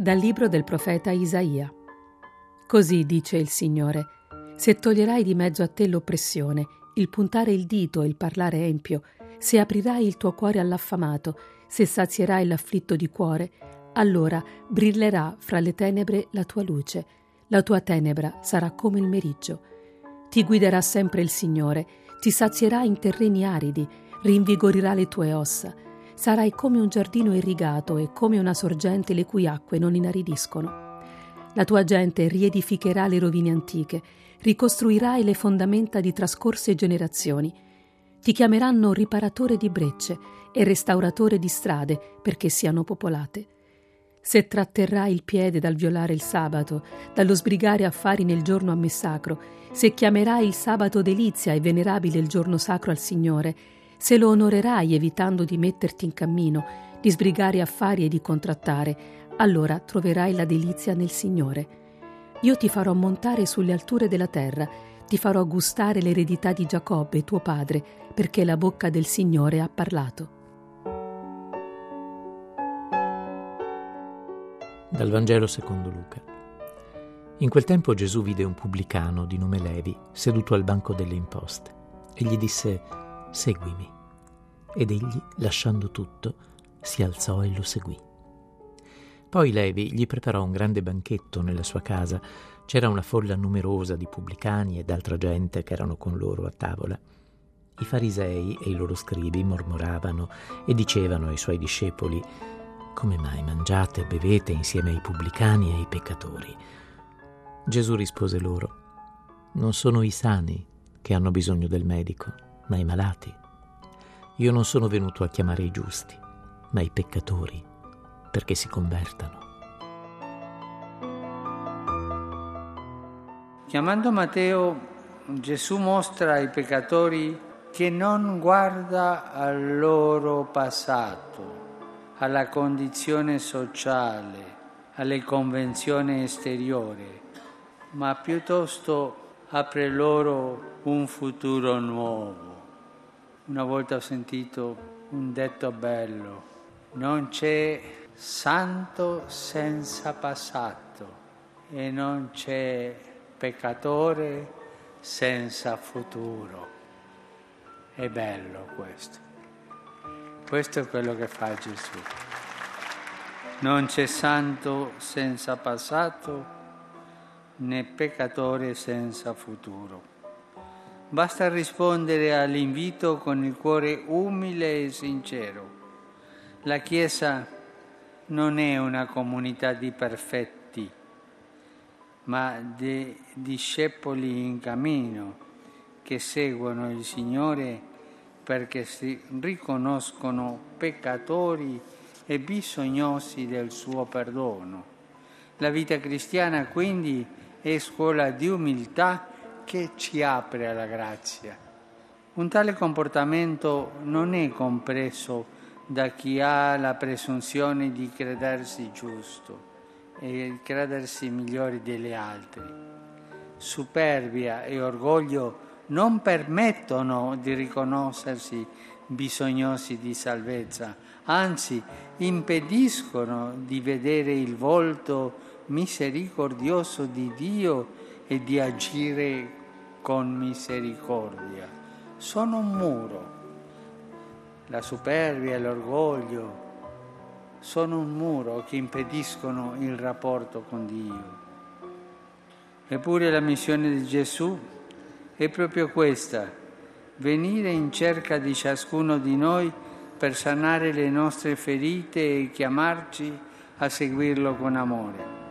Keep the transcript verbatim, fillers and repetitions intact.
Dal libro del profeta Isaia. Così dice il Signore: se toglierai di mezzo a te l'oppressione, il puntare il dito e il parlare empio, se aprirai il tuo cuore all'affamato, se sazierai l'afflitto di cuore, allora brillerà fra le tenebre la tua luce, la tua tenebra sarà come il meriggio. Ti guiderà sempre il Signore, ti sazierà in terreni aridi, rinvigorirà le tue ossa. Sarai come un giardino irrigato e come una sorgente le cui acque non inaridiscono. La tua gente riedificherà le rovine antiche, ricostruirai le fondamenta di trascorse generazioni. Ti chiameranno riparatore di brecce e restauratore di strade perché siano popolate. Se tratterrai il piede dal violare il sabato, dallo sbrigare affari nel giorno a me sacro, se chiamerai il sabato delizia e venerabile il giorno sacro al Signore, se lo onorerai evitando di metterti in cammino, di sbrigare affari e di contrattare, allora troverai la delizia nel Signore. Io ti farò montare sulle alture della terra, ti farò gustare l'eredità di Giacobbe, tuo padre, perché la bocca del Signore ha parlato. Dal Vangelo secondo Luca. In quel tempo Gesù vide un pubblicano di nome Levi seduto al banco delle imposte e gli disse: «Seguimi». Ed egli, lasciando tutto, si alzò e lo seguì. Poi Levi gli preparò un grande banchetto nella sua casa. C'era una folla numerosa di pubblicani ed altra gente che erano con loro a tavola. I farisei e i loro scribi mormoravano e dicevano ai suoi discepoli: «Come mai mangiate e bevete insieme ai pubblicani e ai peccatori?» Gesù rispose loro: «Non sono i sani che hanno bisogno del medico, ma i malati. Io non sono venuto a chiamare i giusti, ma i peccatori, perché si convertano». Chiamando Matteo, Gesù mostra ai peccatori che non guarda al loro passato, alla condizione sociale, alle convenzioni esteriori, ma piuttosto apre loro un futuro nuovo. Una volta ho sentito un detto bello: non c'è santo senza passato e non c'è peccatore senza futuro. È bello questo. Questo è quello che fa Gesù. Non c'è santo senza passato né peccatore senza futuro. Basta rispondere all'invito con il cuore umile e sincero. La Chiesa non è una comunità di perfetti, ma di discepoli in cammino che seguono il Signore perché si riconoscono peccatori e bisognosi del suo perdono. La vita cristiana quindi è scuola di umiltà che ci apre alla grazia. Un tale comportamento non è compreso da chi ha la presunzione di credersi giusto e credersi migliori degli altri. Superbia e orgoglio non permettono di riconoscersi bisognosi di salvezza, anzi impediscono di vedere il volto misericordioso di Dio e di agire con misericordia. Sono un muro. La superbia e l'orgoglio sono un muro che impediscono il rapporto con Dio. Eppure la missione di Gesù è proprio questa: venire in cerca di ciascuno di noi per sanare le nostre ferite e chiamarci a seguirlo con amore.